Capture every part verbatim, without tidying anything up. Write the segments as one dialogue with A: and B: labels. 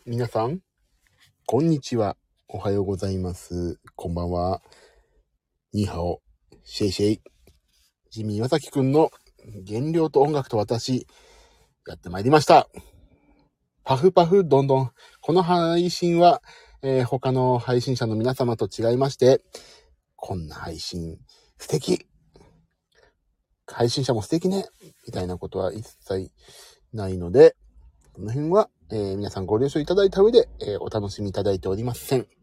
A: 皆さん、こんにちは。おはようございます。こんばんは。ニーハオ、シェイシェイ。ジミー岩崎くんの原料と音楽と私、やってまいりました。パフパフどんどん。この配信は、えー、他の配信者の皆様と違いまして、こんな配信素敵。配信者も素敵ね。みたいなことは一切ないので、この辺は、えー、皆さんご了承いただいた上で、えー、お楽しみいただいておりません。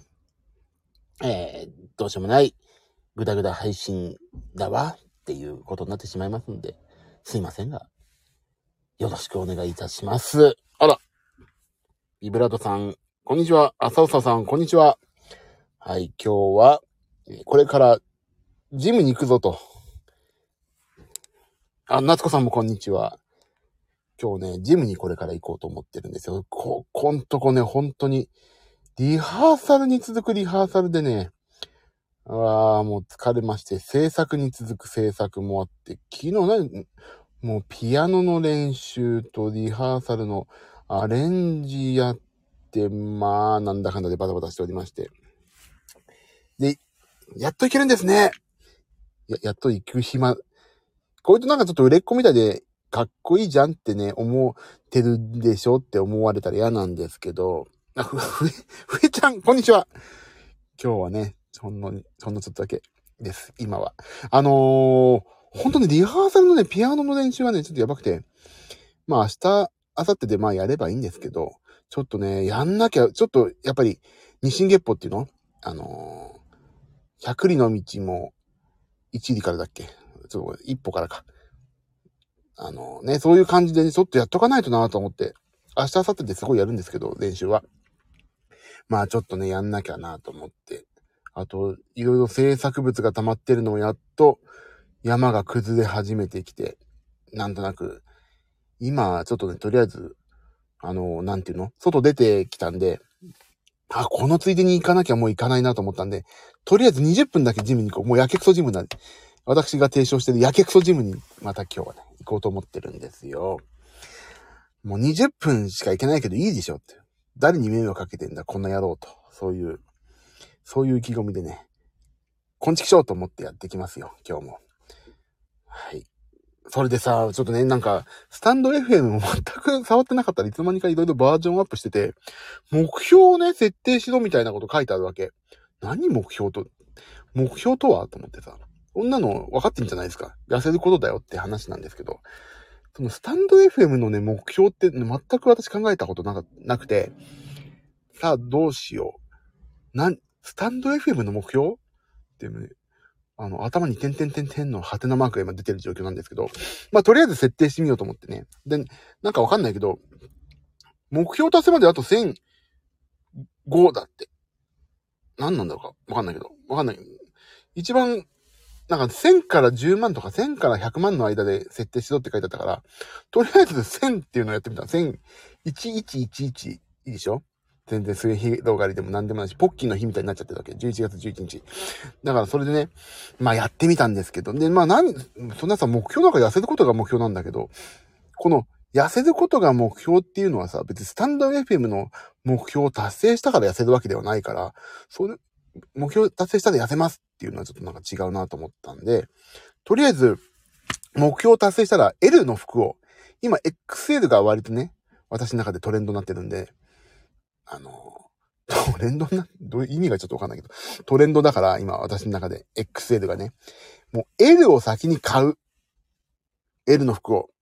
A: えー、どうしようもないグダグダ配信だわっていうことになってしまいますので、すいませんが、よろしくお願いいたします。あら、ビブラートさん、こんにちは。浅尾さん、こんにちは。はい、今日は、これからジムに行くぞと。あ、夏子さんもこんにちは。今日ね、ジムにこれから行こうと思ってるんですよ。こ、こんとこね、本当に、リハーサルに続くリハーサルでね、ああ、もう疲れまして、制作に続く制作もあって、昨日ね、もうピアノの練習とリハーサルのアレンジやって、まあ、なんだかんだでバタバタしておりまして。で、やっといけるんですね。や、やっと行く暇。こういうとなんかちょっと売れっ子みたいで、かっこいいじゃんってね、思ってるでしょって思われたら嫌なんですけど、あ、ふ、ふえ、ふえちゃん、こんにちは。今日はね、ほんの、ほんのちょっとだけです、今は。あのー、本当にリハーサルのね、ピアノの練習はね、ちょっとやばくて、まあ明日、明後日でまあやればいいんですけど、ちょっとね、やんなきゃ、ちょっと、やっぱり、日進月歩っていうのあのー、百里の道も、一里からだっけちょっと、一歩からか。あのー、ね、そういう感じでね、ちょっとやっとかないとなと思って、明日、明後日ですごいやるんですけど、練習は。まあちょっとね、やんなきゃなと思って。あと、いろいろ制作物が溜まってるのをやっと、山が崩れ始めてきて、なんとなく、今、ちょっとね、とりあえず、あの、なんていうの外出てきたんで、あ、このついでに行かなきゃもう行かないなと思ったんで、とりあえずにじゅっぷんだけジムに行こう。もうやけくそジムなんで、私が提唱してるやけくそジムにまた今日はね、行こうと思ってるんですよ。もうにじゅっぷんしか行けないけどいいでしょって。誰に迷惑かけてんだ、こんな野郎と。そういう、そういう意気込みでね、こんちきしょうと思ってやってきますよ、今日も。はい。それでさ、ちょっとね、なんか、スタンド エフエム も全く触ってなかったらいつの間にかいろいろバージョンアップしてて、目標をね、設定しろみたいなこと書いてあるわけ。何目標と、目標とはと思ってさ、こんなの分かってんじゃないですか。痩せることだよって話なんですけど、そのスタンド エフエム のね、目標って、ね、全く私考えたことなか、なくて、さあどうしよう。なん、スタンド エフエム の目標って、ね、あの、頭に点々点々のハテナマークが今出てる状況なんですけど、まあ、とりあえず設定してみようと思ってね。で、なんかわかんないけど、目標達成まであとせんごだって。何なんだろうかわかんないけど。わかんない。一番、なんかせんからじゅうまんとかせんからひゃくまんの間で設定しろって書いてあったから、とりあえずせんっていうのをやってみた。せん、いちいちいちいち、いいでしょ全然そういう日動画でも何でもないし、ポッキーの日みたいになっちゃってるわけ。じゅういちがつじゅういちにち。だからそれでね、まあやってみたんですけど、で、まあ何、そんなさ、目標なんか痩せることが目標なんだけど、この痩せることが目標っていうのはさ、別にスタンド エフエム の目標を達成したから痩せるわけではないから、それ、目標達成したら痩せますっていうのはちょっとなんか違うなと思ったんで、とりあえず、目標達成したら エル の服を、今 エックスエル が割とね、私の中でトレンドになってるんで、あの、トレンドな、どういう意味がちょっとわかんないけど、トレンドだから今私の中で エックスエル がね、もう エル を先に買う。エル の服を。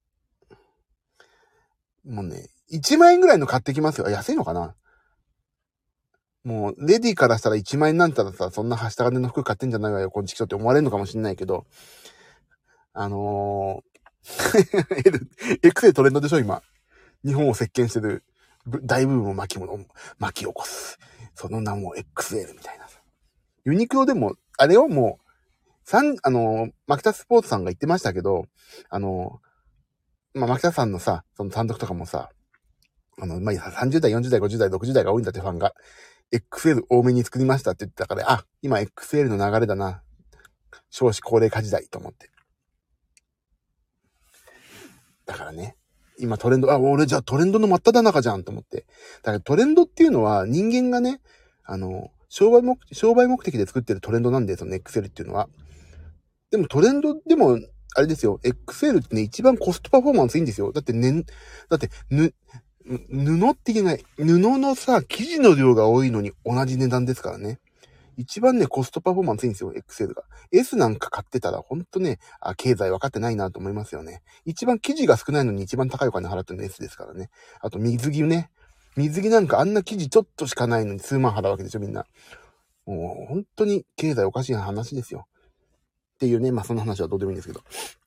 A: もうね、いちまん円ぐらいの買ってきますよ。あ、安いのかな？もう、レディからしたらいちまん円なんたらさ、そんなはした金の服買ってんじゃないわよ、こんちきしょって思われるのかもしんないけど、あのー、L、エックスエル トレンドでしょ、今。日本を席巻してる大ブームを巻き物、巻き起こす。その名も エックスエル みたいな。ユニクロでも、あれをもう、三、あのー、マキタスポーツさんが言ってましたけど、あのー、まあ、マキタさんのさ、その単独とかもさ、あの、まあ、さんじゅうだい、よんじゅうだい、ごじゅうだい、ろくじゅうだいが多いんだってファンが。エックスエル 多めに作りましたって言ってたから、あ、今 エックスエル の流れだな。少子高齢化時代と思って。だからね、 今トレンド、あ、俺じゃあトレンドの真っ只中じゃんと思って。だからトレンドっていうのは人間がね、あの、商売目、商売目的で作ってるトレンドなんですよね、エクセルっていうのは。でもトレンドでも、あれですよ、エクセルってね、一番コストパフォーマンスいいんですよ。だってね、だって、ぬ、布って言えない。布のさ、生地の量が多いのに同じ値段ですからね。一番ね、コストパフォーマンスいいんですよ、エクセルが。S なんか買ってたら、ほんとね、あ、経済分かってないなと思いますよね。一番生地が少ないのに一番高いお金払ってるの S ですからね。あと水着ね。水着なんかあんな生地ちょっとしかないのに数万払うわけでしょ、みんな。もう、本当に経済おかしい話ですよ。っていうね、まあその話はどうでもいいんですけど。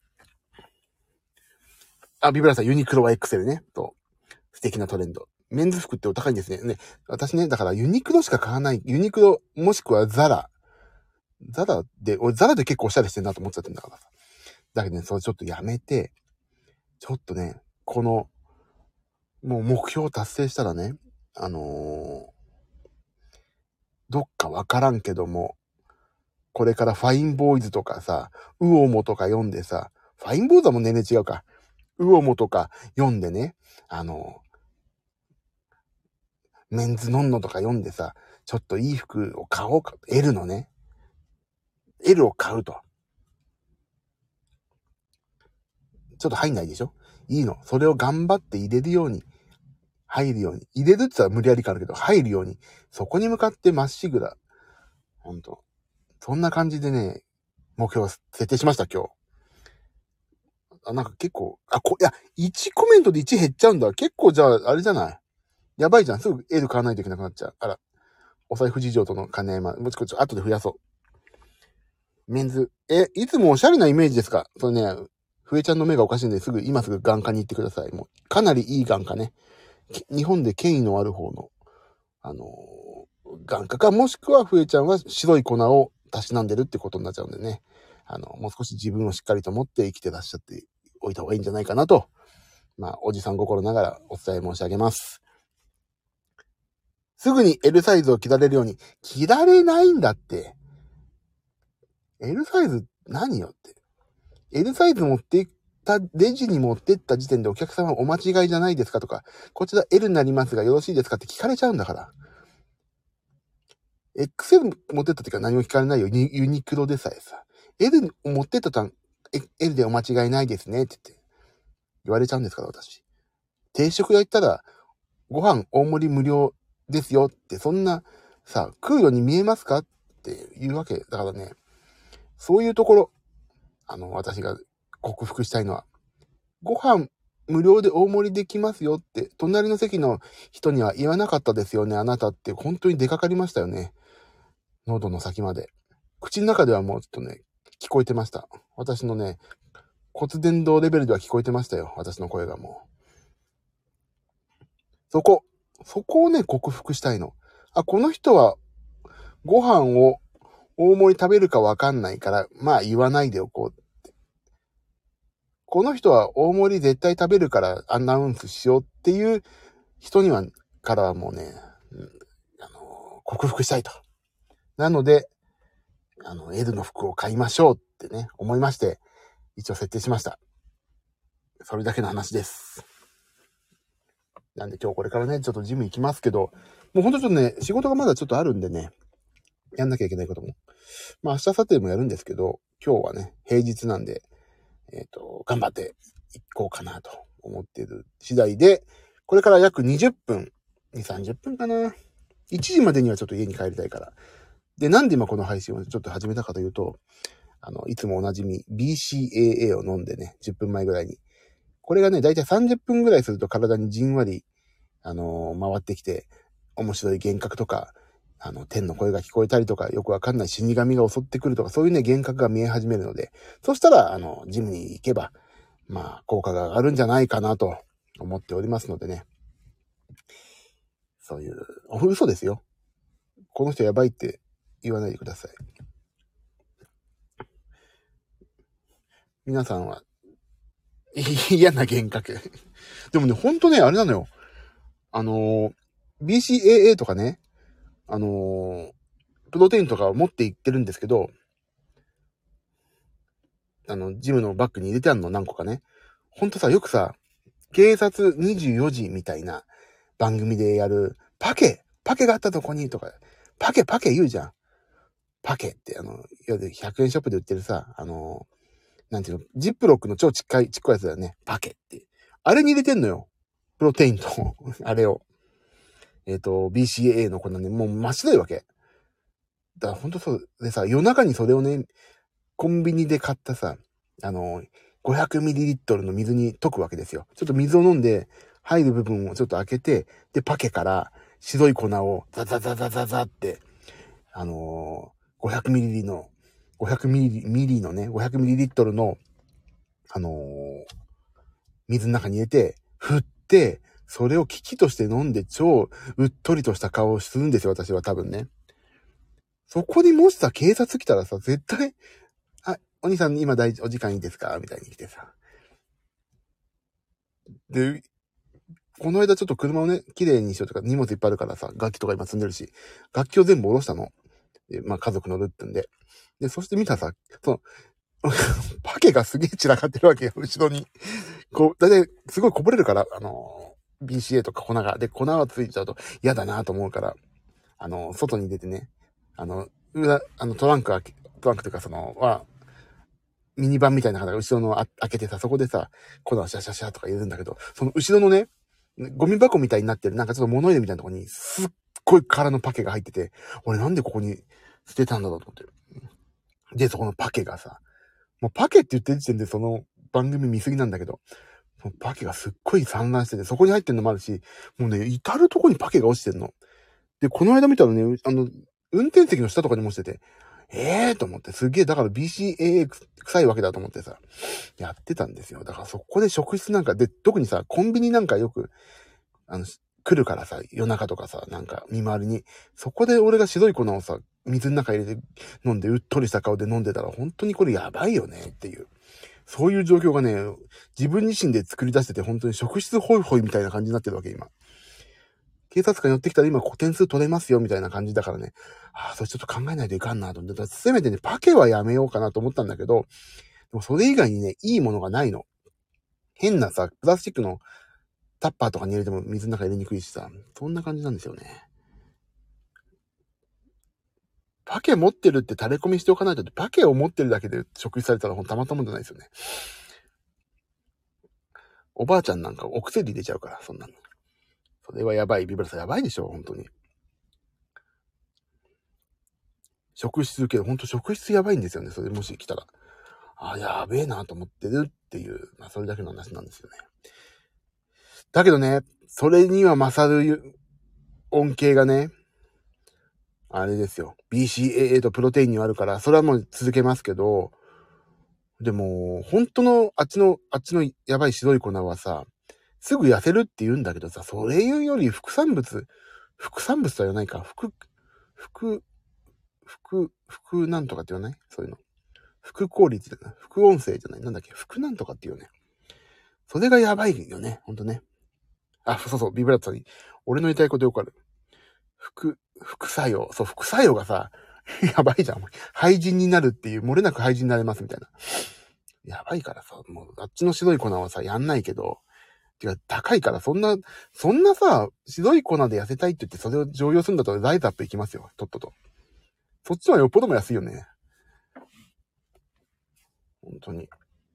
A: あ、ビブラさん、ユニクロはエクセルね。と、素敵なトレンド。メンズ服ってお高いんですね。ね、私ね、だからユニクロしか買わない。ユニクロ、もしくはザラ。ザラで、俺ザラで結構おしゃれしてんなと思っちゃってんだからさ。だけどね、それちょっとやめて、ちょっとね、この、もう目標を達成したらね、あのー、どっかわからんけども、これからファインボーイズとかさ、ウオモとか読んでさ、ファインボーイズはもう年々違うか。ウオモとか読んでね、あのー、メンズノンノとか読んでさ、ちょっといい服を買おうか。L のね、L を買うと。ちょっと入んないでしょ？いいの。それを頑張って入れるように、入るように。入れるって言ったら無理やりかあるけど、入るように。そこに向かってまっしぐら。ほんと。そんな感じでね、目標を設定しました、今日。あ、なんか結構、あ、こ、いや、いちコメントでいち減っちゃうんだ。結構じゃあ、あれじゃない？やばいじゃん。すぐ L 買わないといけなくなっちゃう。あら。お財布事情との兼ね合いま、もうちょっと後で増やそう。メンズ。え、いつもおしゃれなイメージですか？それね、ふえちゃんの目がおかしいんで、すぐ、今すぐ眼科に行ってください。もう、かなりいい眼科ね。日本で権威のある方の、あのー、眼科か、もしくはふえちゃんは白い粉をたしなんでるってことになっちゃうんでね。あの、もう少し自分をしっかりと持って生きてらっしゃっておいた方がいいんじゃないかなと。まあ、おじさん心ながらお伝え申し上げます。すぐに L サイズを着られるように、着られないんだって。L サイズ何よって。L サイズ持っていった、レジに持ってった時点でお客様お間違いじゃないですかとか、こちら L になりますがよろしいですかって聞かれちゃうんだから。エックスエル 持ってった時は何も聞かれないよ。ユニクロでさえさ。L 持ってったとは、L でお間違いないですねって言って。言われちゃうんですから、私。定食屋行ったら、ご飯大盛り無料ですよって、そんな、さ、食うように見えますかっていうわけ。だからね、そういうところ、あの、私が克服したいのは、ご飯無料で大盛りできますよって、隣の席の人には言わなかったですよね、あなたって本当に出かかりましたよね。喉の先まで。口の中ではもうちょっとね、聞こえてました。私のね、骨伝導レベルでは聞こえてましたよ。私の声がもう。そこ、そこをね、克服したいの。あ、この人はご飯を大盛り食べるかわかんないから、まあ言わないでおこうって。この人は大盛り絶対食べるからアナウンスしようっていう人には、からはもうね、うん、あの、克服したいと。なので、あの、L の服を買いましょうってね、思いまして、一応設定しました。それだけの話です。なんで今日これからね、ちょっとジム行きますけど、もうほんとちょっとね、仕事がまだちょっとあるんでね、やんなきゃいけないことも。まあ明日、明後日もやるんですけど、今日はね、平日なんで、えっと、頑張って行こうかなと思っている次第で、これから約にじゅっぷん、に、さんじゅっぷんかな。いちじまでにはちょっと家に帰りたいから。で、なんで今この配信をちょっと始めたかというと、あの、いつもおなじみ ビーシーエーエー を飲んでね、じゅっぷんまえぐらいに。これがね、だいたいさんじゅっぷんぐらいすると体にじんわり、あのー、回ってきて、面白い幻覚とか、あの、天の声が聞こえたりとか、よくわかんない死神が襲ってくるとか、そういうね、幻覚が見え始めるので、そしたら、あの、ジムに行けば、まあ、効果が上がるんじゃないかなと思っておりますのでね。そういう、嘘ですよ。この人やばいって言わないでください。皆さんは、嫌な幻覚。でもね、ほんとね、あれなのよ。あのー、ビーシーエーエー とかね、あのー、プロテインとかを持っていってるんですけど、あの、ジムのバッグに入れてあるの何個かね。ほんとさ、よくさ、 警察にじゅうよじみたいな番組でやる、パケパケがあったとこにとか、パケパケ言うじゃん。パケって、あの、いわゆるひゃくえんショップで売ってるさ、あの、なんていうの、ジップロックの超ちっかい、ちっこいやつだよね。パケって。あれに入れてんのよ。プロテインと、あれを。えっ、ー、と、ビーシーエー のこんなね、もう真っ白いわけ。だからほんとそう。でさ、夜中にそれをね、コンビニで買ったさ、あの、ごひゃくミリリットル の水に溶くわけですよ。ちょっと水を飲んで、入る部分をちょっと開けて、で、パケから白い粉をザザザザザザって、あのー、ごひゃくミリリットル の、ごひゃくミリリットル のね、ごひゃくミリリットル の、あのー、水の中に入れて、振って、それを機器として飲んで超うっとりとした顔をするんですよ、私は多分ね。そこにもしさ、警察来たらさ、絶対、あ、お兄さん今大お時間いいですかみたいに来てさ。で、この間ちょっと車をね、綺麗にしようとか荷物いっぱいあるからさ、楽器とか今積んでるし、楽器を全部下ろしたの。で、まあ家族乗るってんで。で、そして見たさ、その、パケがすげえ散らかってるわけよ、後ろに。こう、だいたいすごいこぼれるから、あの、ビーシーエー とか粉が。で、粉がついちゃうと嫌だなと思うから、あの、外に出てね、あの、裏、あの、トランク開け、トランクというかその、は、ミニバンみたいな方が後ろのあ開けてさ、そこでさ、粉をシャシャシャとか入れるんだけど、その後ろのね、ゴミ箱みたいになってる、なんかちょっと物入れみたいなところに、すっごい空のパケが入ってて、俺なんでここに捨てたんだろうと思ってる。で、そこのパケがさ、もうパケって言ってる時点でその番組見すぎなんだけど、そのパケがすっごい散乱してて、そこに入ってんのもあるし、もうね、至るとこにパケが落ちてんの。で、この間見たらね、あの、運転席の下とかにもしてて、ええーと思って、すげえ、だから ビーシーエー 臭いわけだと思ってさ、やってたんですよ。だからそこで職質なんかで、特にさ、コンビニなんかよく、あの、来るからさ、夜中とかさ、なんか見回りに、そこで俺が白い粉をさ、水の中入れて飲んで、うっとりした顔で飲んでたら、本当にこれやばいよねっていう。そういう状況がね、自分自身で作り出してて、本当に職質ホイホイみたいな感じになってるわけ、今。警察官寄ってきたら今点数取れますよみたいな感じだからね。ああ、それちょっと考えないといかんなと思って。せめてね、パケはやめようかなと思ったんだけど、でもそれ以外にね、いいものがないの。変なさ、プラスチックのタッパーとかに入れても水の中入れにくいしさ、そんな感じなんですよね。パケ持ってるって垂れ込みしておかないと、パケを持ってるだけで食事されたらほんとたまったもんじゃないですよね。おばあちゃんなんかお薬入れちゃうから、そんなの。それはやばい。ビブラさんやばいでしょ、本当に。職質受ける、ほんと職質やばいんですよね、それもし来たら。ああ、やべえなと思ってるっていう、まあそれだけの話なんですよね。だけどね、それには勝る恩恵がね、あれですよ。ビーシーエー とプロテインにはあるから、それはもう続けますけど、でも、本当の、あっちの、あっちのやばい白い粉はさ、すぐ痩せるって言うんだけどさ、それ言うより副産物、副産物とは言わないか、副、副、副、副なんとかって言わないそういうの。副効率じゃない副音声じゃないなんだっけ副なんとかって言うよね。それがやばいよね。ほんとね。あ、そうそう、ビブラートに。俺の言いたいことよくある。副、副作用。そう、副作用がさ、やばいじゃん。廃人になるっていう、漏れなく廃人になれますみたいな。やばいからさ、もう、あっちの白い粉はさ、やんないけど、てか、高いから、そんな、そんなさ、白い粉で痩せたいって言って、それを常用するんだとライズアップいきますよ。とっとと。そっちはよっぽども安いよね。本当に。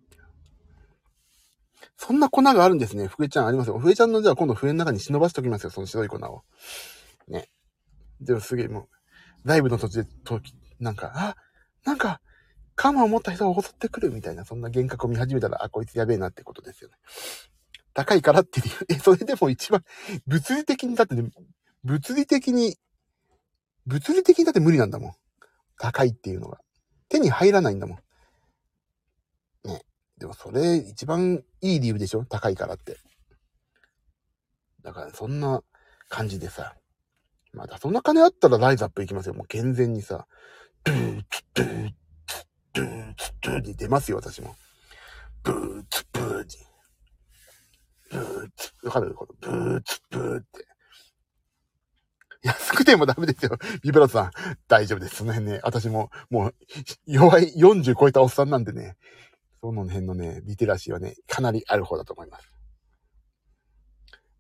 A: そんな粉があるんですね。ふえちゃんありますよ。ふえちゃんのじゃあ今度笛の中に忍ばしておきますよ。その白い粉を。ね。でもすげえもう、ライブの途中で、となんか、あ、なんか、カマを持った人が襲ってくるみたいな、そんな幻覚を見始めたら、あ、こいつやべえなってことですよね。高いからっていう。え、それでも一番、物理的に、だってね、物理的に、物理的にだって無理なんだもん。高いっていうのが。手に入らないんだもん。ね。でもそれ一番いい理由でしょ高いからって。だからそんな感じでさ。まだそんな金あったらライズアップいきますよ。もう健全にさ。ドゥーツドゥーツドゥーツドゥーに出ますよ、私も。ブーツブーに。ブーツ、わかるこのブーツブーって。安くてもダメですよ。ビブラートさん。大丈夫です。その辺ね。私も、もう、弱いよんじゅう超えたおっさんなんでね。その辺のね、リテラシーはね、かなりある方だと思います。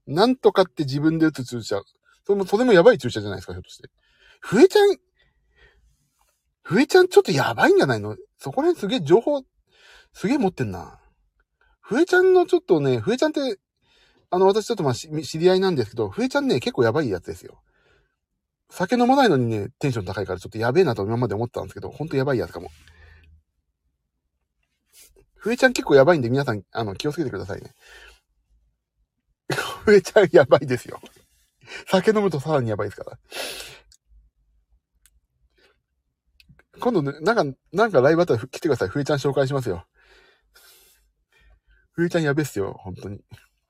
A: なんとかって自分で打つ注射。それも、それもやばい注射じゃないですか、ひょっとして。ふえちゃん、ふえちゃんちょっとやばいんじゃないの？そこら辺すげえ情報、すげえ持ってんな。ふえちゃんのちょっとね、ふえちゃんって、あの、私ちょっとまあ知り合いなんですけど、ふえちゃんね、結構やばいやつですよ。酒飲まないのにね、テンション高いからちょっとやべえなと今まで思ってたんですけど、ほんとやばいやつかも。ふえちゃん結構やばいんで皆さん、あの、気をつけてくださいね。ふえちゃんやばいですよ。酒飲むとさらにやばいですから。今度ね、なんか、なんかライブあったら来てください。ふえちゃん紹介しますよ。ふえちゃんやべえっすよ、本当に。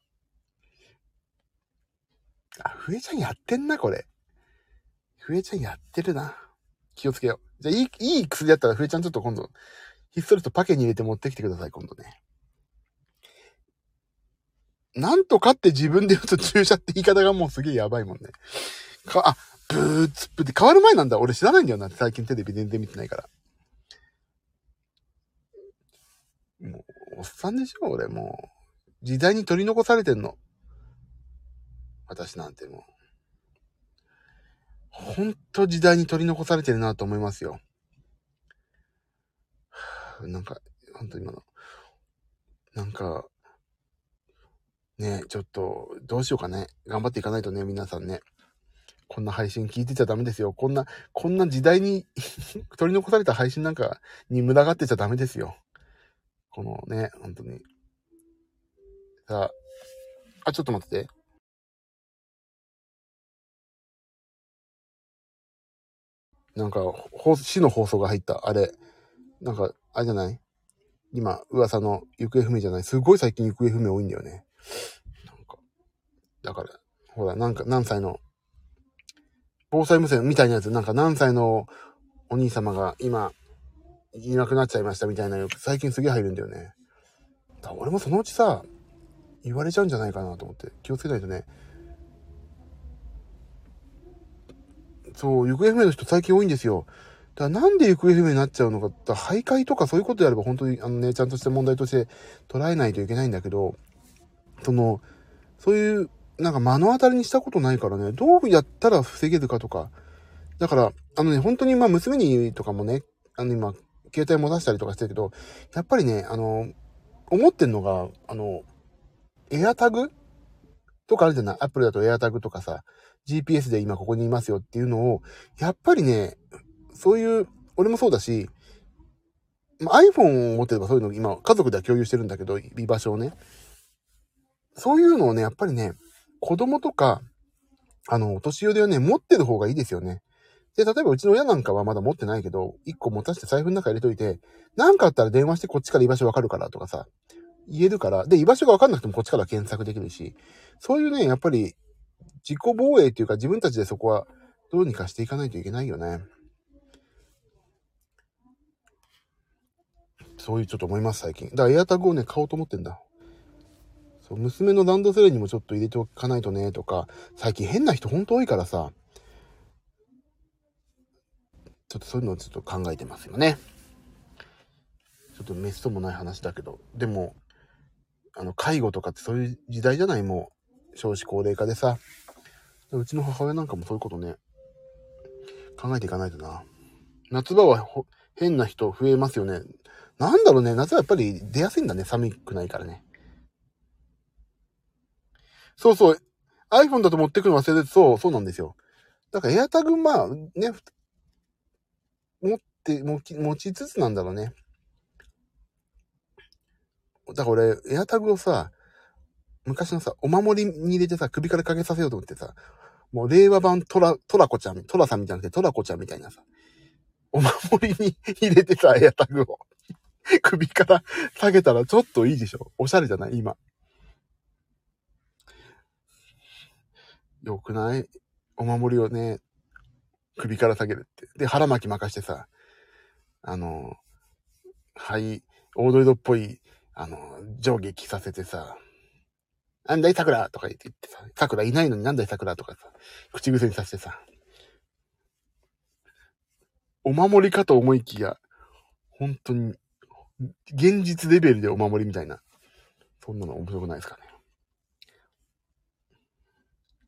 A: あ、ふえちゃんやってんな、これ。ふえちゃんやってるな。気をつけよう。じゃあ、いい、いい薬だったらふえちゃんちょっと今度、ひっそりとパケに入れて持ってきてください、今度ね。なんとかって自分で言うと注射って言い方がもうすげえやばいもんね。か、あ、ブーツプって変わる前なんだ。俺知らないんだよな。最近テレビ全然見てないから。もう、おっさんでしょ俺もう。時代に取り残されてんの。私なんてもう。ほんと時代に取り残されてるなと思いますよ。なんか、ほんと今の。なんか、ね、ちょっと、どうしようかね。頑張っていかないとね、皆さんね。こんな配信聞いてちゃダメですよ。こんな、こんな時代に取り残された配信なんかに群がってちゃダメですよ。このね、本当に。さあ、あ、ちょっと待ってて。なんか、死の放送が入った。あれ。なんか、あれじゃない？今、噂の行方不明じゃない？すごい最近行方不明多いんだよね。なんか、だから、ほら、なんか、何歳の、防災無線みたいなやつ、なんか何歳のお兄様が今、いなくなっちゃいましたみたいなよく最近すげえ入るんだよね。だ俺もそのうちさ、言われちゃうんじゃないかなと思って気をつけないとね。そう、行方不明の人最近多いんですよ。だからなんで行方不明になっちゃうのか、だ徘徊とかそういうことであれば本当にあのね、ちゃんとした問題として捉えないといけないんだけど、その、そういう、なんか目の当たりにしたことないからね、どうやったら防げるかとか。だから、あのね、本当にまあ娘にとかもね、あの今、携帯持たせたりとかしてるけど、やっぱりね、あの、思ってんのが、あの、エアタグとかあるじゃない？アップルだとエアタグとかさ、ジーピーエス で今ここにいますよっていうのを、やっぱりね、そういう、俺もそうだし、まあ、iPhone を持ってればそういうの今家族では共有してるんだけど、居場所をね。そういうのをね、やっぱりね、子供とか、あの、お年寄りはね、持ってる方がいいですよね。で、例えばうちの親なんかはまだ持ってないけど、一個持たせて財布の中入れといて、なんかあったら電話してこっちから居場所わかるからとかさ、言えるから、で、居場所がわかんなくてもこっちから検索できるし、そういうね、やっぱり自己防衛っていうか自分たちでそこはどうにかしていかないといけないよね。そういうちょっと思います、最近。だからエアタグをね、買おうと思ってんだ。そう、娘のランドセルにもちょっと入れておかないとね、とか、最近変な人ほんと多いからさ、ちょっとそういうのをちょっと考えてますよね。ちょっとメスともない話だけど、でも、あの、介護とかってそういう時代じゃない？もう、少子高齢化でさ、うちの母親なんかもそういうことね、考えていかないとな。夏場はほ変な人増えますよね。なんだろうね、夏はやっぱり出やすいんだね、寒くないからね。そうそう、iPhone だと持ってくの忘れて、そう、そうなんですよ。だからエアタグ、まあ、ね、持って、持ち、持ちつつなんだろうね。だから俺、エアタグをさ、昔のさ、お守りに入れてさ、首からかけさせようと思ってさ、もう令和版トラ、トラコちゃん、トラさんみたいなくてトラコちゃんみたいなさ、お守りに入れてさ、エアタグを首から下げたらちょっといいでしょ？おしゃれじゃない？今。よくない？お守りをね、首から下げるって。で、腹巻き任してさ、あの、はい、オードリドっぽい、あの、上下着させてさ、なんだい桜とか言ってさ、桜いないのになんだい桜とかさ、口癖にさせてさ、お守りかと思いきや、本当に、現実レベルでお守りみたいな。そんなの面白くないですかね。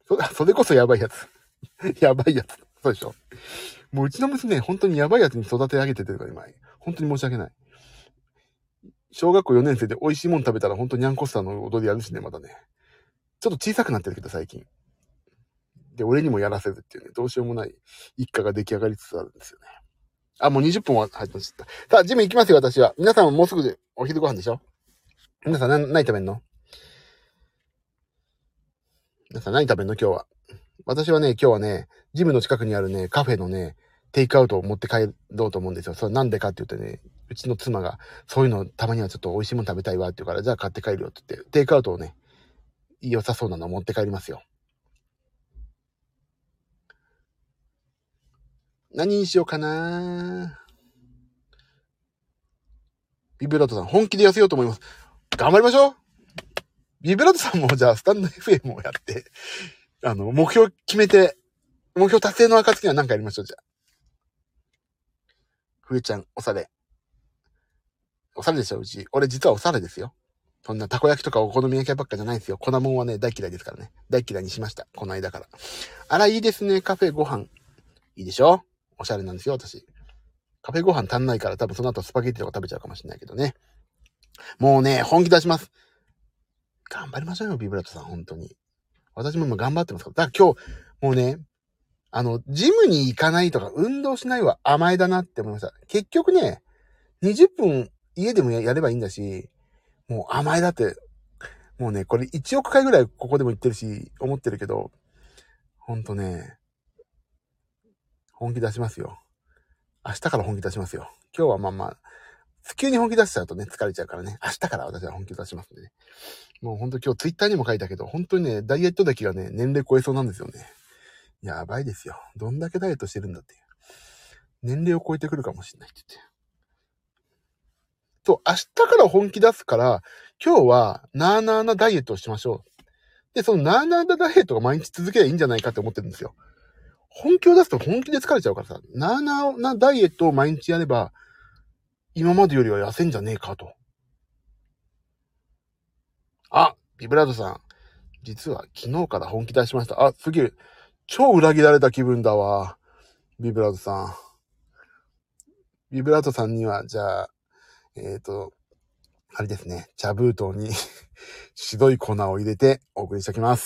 A: そ、それこそやばいやつ。やばいやつ。そうでしょ。もううちの娘、本当にやばいやつに育て上げててるから今。本当に申し訳ない。小学校よねん生で美味しいもん食べたら本当にニャンコスターの踊りやるしね、まだね。ちょっと小さくなってるけど最近。で、俺にもやらせるっていうね、どうしようもない一家が出来上がりつつあるんですよね。あ、もうにじゅっぷんは入ってました。さあ、ジム行きますよ、私は。皆さんももうすぐでお昼ご飯でしょ？皆さん何、何食べんの？皆さん何食べんの今日は。私はね、今日はね、ジムの近くにあるね、カフェのね、テイクアウトを持って帰ろうと思うんですよ。それなんでかって言ってね、うちの妻が、そういうのたまにはちょっと美味しいもの食べたいわって言うから、じゃあ買って帰るよって言って、テイクアウトをね、良さそうなのを持って帰りますよ。何にしようかな。ビブラートさん、本気で痩せようと思います。頑張りましょう。ビブラートさんもじゃあスタンド エフエム をやって、あの、目標決めて、目標達成の暁には何かやりましょう、じゃあ。ふえちゃん、おされ。おされでしょ、うち。俺実はおされですよ。そんなたこ焼きとかお好み焼きばっかじゃないですよ。粉もんはね、大嫌いですからね。大嫌いにしました。この間から。あら、いいですね。カフェご飯。いいでしょ？おしゃれなんですよ、私。カフェご飯足んないから多分その後スパゲッティとか食べちゃうかもしれないけどね。もうね、本気出します。頑張りましょうよ、ビブラートさん、本当に。私も今頑張ってますから。だから今日、もうね、あの、ジムに行かないとか、運動しないは甘えだなって思いました。結局ね、にじゅっぷん家でも や, やればいいんだし、もう甘えだって、もうね、これいちおくかいぐらいここでも言ってるし、思ってるけど、ほんとね、本気出しますよ。明日から本気出しますよ。今日はまあまあ、急に本気出しちゃうとね、疲れちゃうからね。明日から私は本気出しますんでね。もうほんと今日ツイッターにも書いたけど、本当にね、ダイエット歴がね、年齢超えそうなんですよね。やばいですよ。どんだけダイエットしてるんだっていう。年齢を超えてくるかもしれないって言って。と、明日から本気出すから、今日はなーなーなダイエットをしましょう。で、そのなーなーなダイエットが毎日続けばいいんじゃないかって思ってるんですよ。本気を出すと本気で疲れちゃうからさ、なーなーなダイエットを毎日やれば、今までよりは痩せんじゃねえかと。あ、ビブラードさん。実は昨日から本気出しました。あ、すげえ。超裏切られた気分だわ。ビブラードさん。ビブラードさんには、じゃあ、えっと、あれですね。茶封筒に白い粉を入れてお送りしておきます。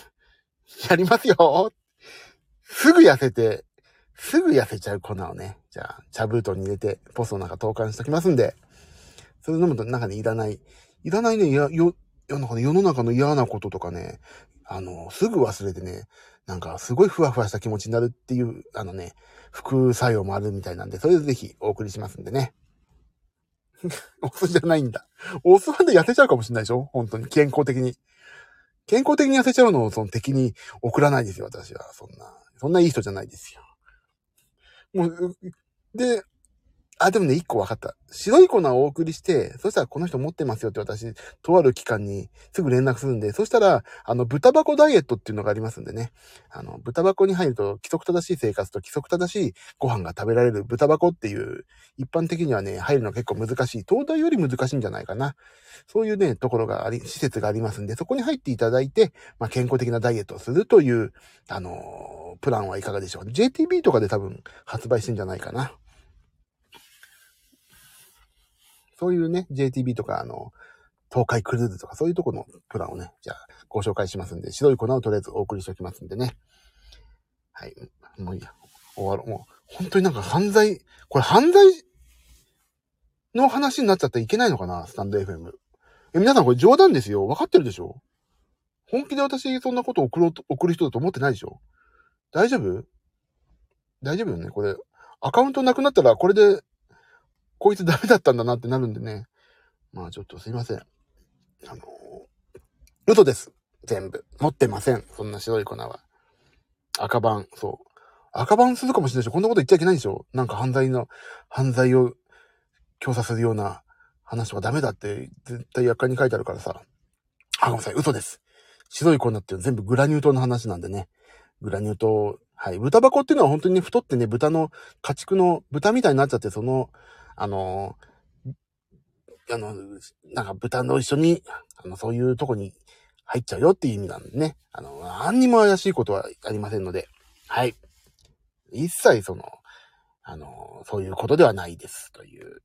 A: やりますよ。すぐ痩せて、すぐ痩せちゃう粉をね、じゃあ、茶封筒に入れて、ポストの中投函しておきますんで、それ飲むと中にいらない、いらないね、よ、よ、世の中の世の中の嫌なこととかね、あの、すぐ忘れてね、なんかすごいふわふわした気持ちになるっていう、あのね、副作用もあるみたいなんで、それでぜひお送りしますんでね。お酢じゃないんだ。お酢はで痩せちゃうかもしれないでしょ？本当に。健康的に。健康的に痩せちゃうのをその敵に送らないですよ、私は。そんな。そんないい人じゃないですよ。もう、で、あ、でもね、一個分かった。白い粉をお送りして、そしたらこの人持ってますよって私、とある機関にすぐ連絡するんで、そしたら、あの、豚箱ダイエットっていうのがありますんでね。あの、豚箱に入ると規則正しい生活と規則正しいご飯が食べられる豚箱っていう、一般的にはね、入るの結構難しい。東大より難しいんじゃないかな。そういうね、ところがあり、施設がありますんで、そこに入っていただいて、まあ、健康的なダイエットをするという、あのー、プランはいかがでしょう。ジェイティービー とかで多分発売してんじゃないかな。そういうね、ジェイティービー とか、あの、東海クルーズとか、そういうところのプランをね、じゃあ、ご紹介しますんで、白い粉をとりあえずお送りしておきますんでね。はい。もういいや。終わろう。もう、本当になんか犯罪、これ犯罪の話になっちゃっていけないのかな、スタンド エフエム。え、皆さんこれ冗談ですよ。わかってるでしょ？本気で私そんなこと送ろうと、送る人だと思ってないでしょ？大丈夫？大丈夫よねこれ。アカウントなくなったら、これで、こいつダメだったんだなってなるんでね。まあちょっとすいません。あのー、嘘です。全部。持ってません。そんな白い粉は。赤番、そう。赤番するかもしれないし、こんなこと言っちゃいけないでしょ？なんか犯罪の、犯罪を強さするような話はダメだって、絶対約款に書いてあるからさ。あ、ごめんなさい。嘘です。白い粉っていうのは全部グラニュー糖の話なんでね。グラニュー糖、はい。豚箱っていうのは本当にね、太ってね、豚の、家畜の豚みたいになっちゃって、その、あのー、あの、なんか豚の一緒に、あの、そういうとこに入っちゃうよっていう意味なんでね。あの、何にも怪しいことはありませんので、はい。一切その、あの、そういうことではないです。という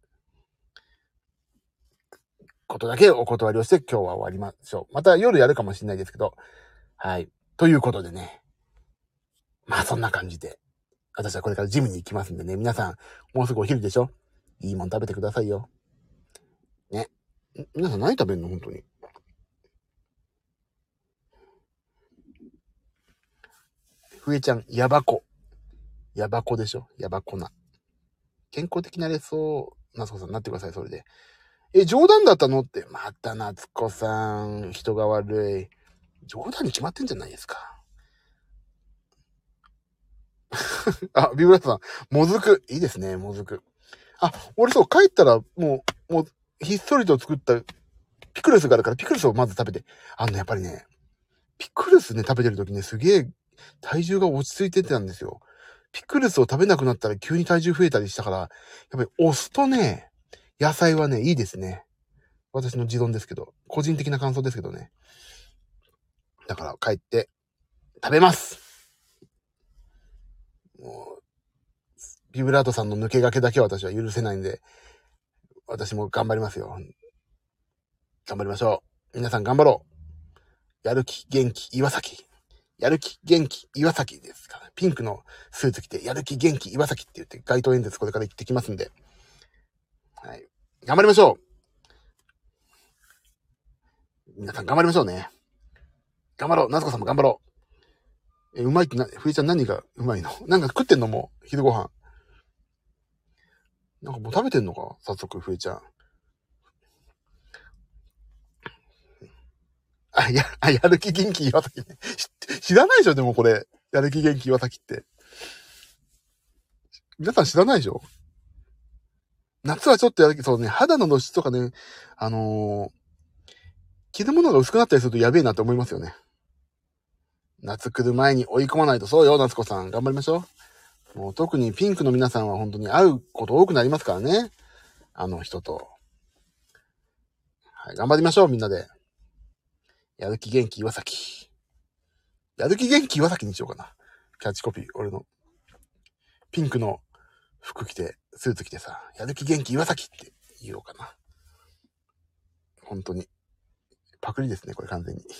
A: ことだけお断りをして今日は終わりましょう。また夜やるかもしれないですけど、はい。ということでね。まあそんな感じで。私はこれからジムに行きますんでね。皆さん、もうすぐお昼でしょ？いいもん食べてくださいよ。ね。皆さん何食べんの？本当に。ふえちゃん、ヤバコ。ヤバコでしょ？ヤバコな。健康的なレッソー、夏子さんなってください、それで。え、冗談だったのって。また夏子さん、人が悪い。冗談に決まってんじゃないですか。あ、ビブラットさん、もずく。いいですね、もずく。あ、俺そう、帰ったら、もう、もう、ひっそりと作ったピクルスがあるから、ピクルスをまず食べて。あのね、やっぱりね、ピクルスね、食べてる時ね、すげえ、体重が落ち着いてたんですよ。ピクルスを食べなくなったら急に体重増えたりしたから、やっぱりお酢とね、野菜はね、いいですね。私の持論ですけど、個人的な感想ですけどね。だから帰って食べます。もう、ビブラートさんの抜け駆けだけは私は許せないんで、私も頑張りますよ。頑張りましょう。皆さん頑張ろう。やる気、元気、岩崎。やる気、元気、岩崎ですから。ピンクのスーツ着て、やる気、元気、岩崎って言って街頭演説これから行ってきますんで。はい。頑張りましょう。皆さん頑張りましょうね。頑張ろう。なつこさんも頑張ろう。え、うまいってな、ふえちゃん何がうまいの？なんか食ってんの？もう、昼ご飯。なんかもう食べてんのか？早速、ふえちゃん。あ、や、あ、やる気元気岩崎ね。知らないでしょ？でもこれ。やる気元気岩崎って。皆さん知らないでしょ？夏はちょっとやる気、そうね、肌の露出とかね、あのー、着るものが薄くなったりするとやべえなって思いますよね。夏来る前に追い込まないと。そうよ、夏子さん。頑張りましょう。もう特にピンクの皆さんは本当に会うこと多くなりますからね。あの人と。はい、頑張りましょう、みんなで。やる気元気岩崎。やる気元気岩崎にしようかな。キャッチコピー、俺の。ピンクの服着て、スーツ着てさ、やる気元気岩崎って言おうかな。本当に。パクリですね、これ完全に。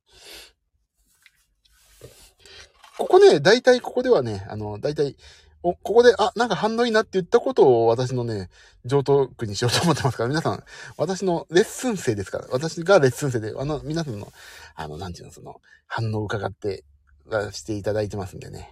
A: ここね、大体ここではね、あの、大体、お、ここで、あ、なんか反応いいなって言ったことを私のね、上等句にしようと思ってますから、皆さん、私のレッスン生ですから、私がレッスン生で、あの、皆さんの、あの、なんていうの、その、反応を伺って、していただいてますんでね。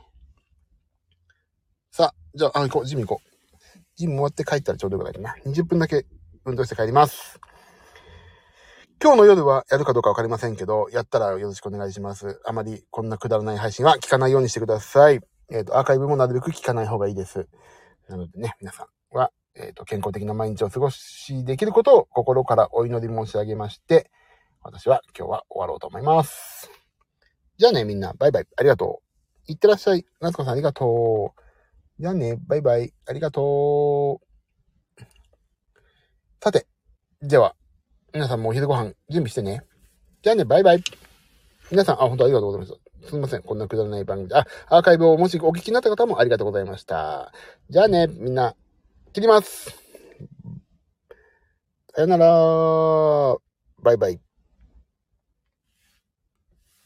A: さあ、じゃあ、あ、行こう、ジム行こう。ジム終わって帰ったらちょうどよくないかな。にじゅっぷんだけ運動して帰ります。今日の夜はやるかどうかわかりませんけど、やったらよろしくお願いします。あまりこんなくだらない配信は聞かないようにしてください。えっと、アーカイブもなるべく聞かない方がいいです。なのでね、皆さんは、えっと、健康的な毎日を過ごしできることを心からお祈り申し上げまして、私は今日は終わろうと思います。じゃあね、みんな、バイバイ。ありがとう。いってらっしゃい。夏子さんありがとう。じゃあね、バイバイ。ありがとう。さて、では、皆さんもお昼ご飯準備してね。じゃあね、バイバイ。皆さん、あ、本当ありがとうございます。すみません。こんなくだらない番組で。あ、アーカイブをもしお聞きになった方もありがとうございました。じゃあね、みんな、切ります。さよなら。バイバイ。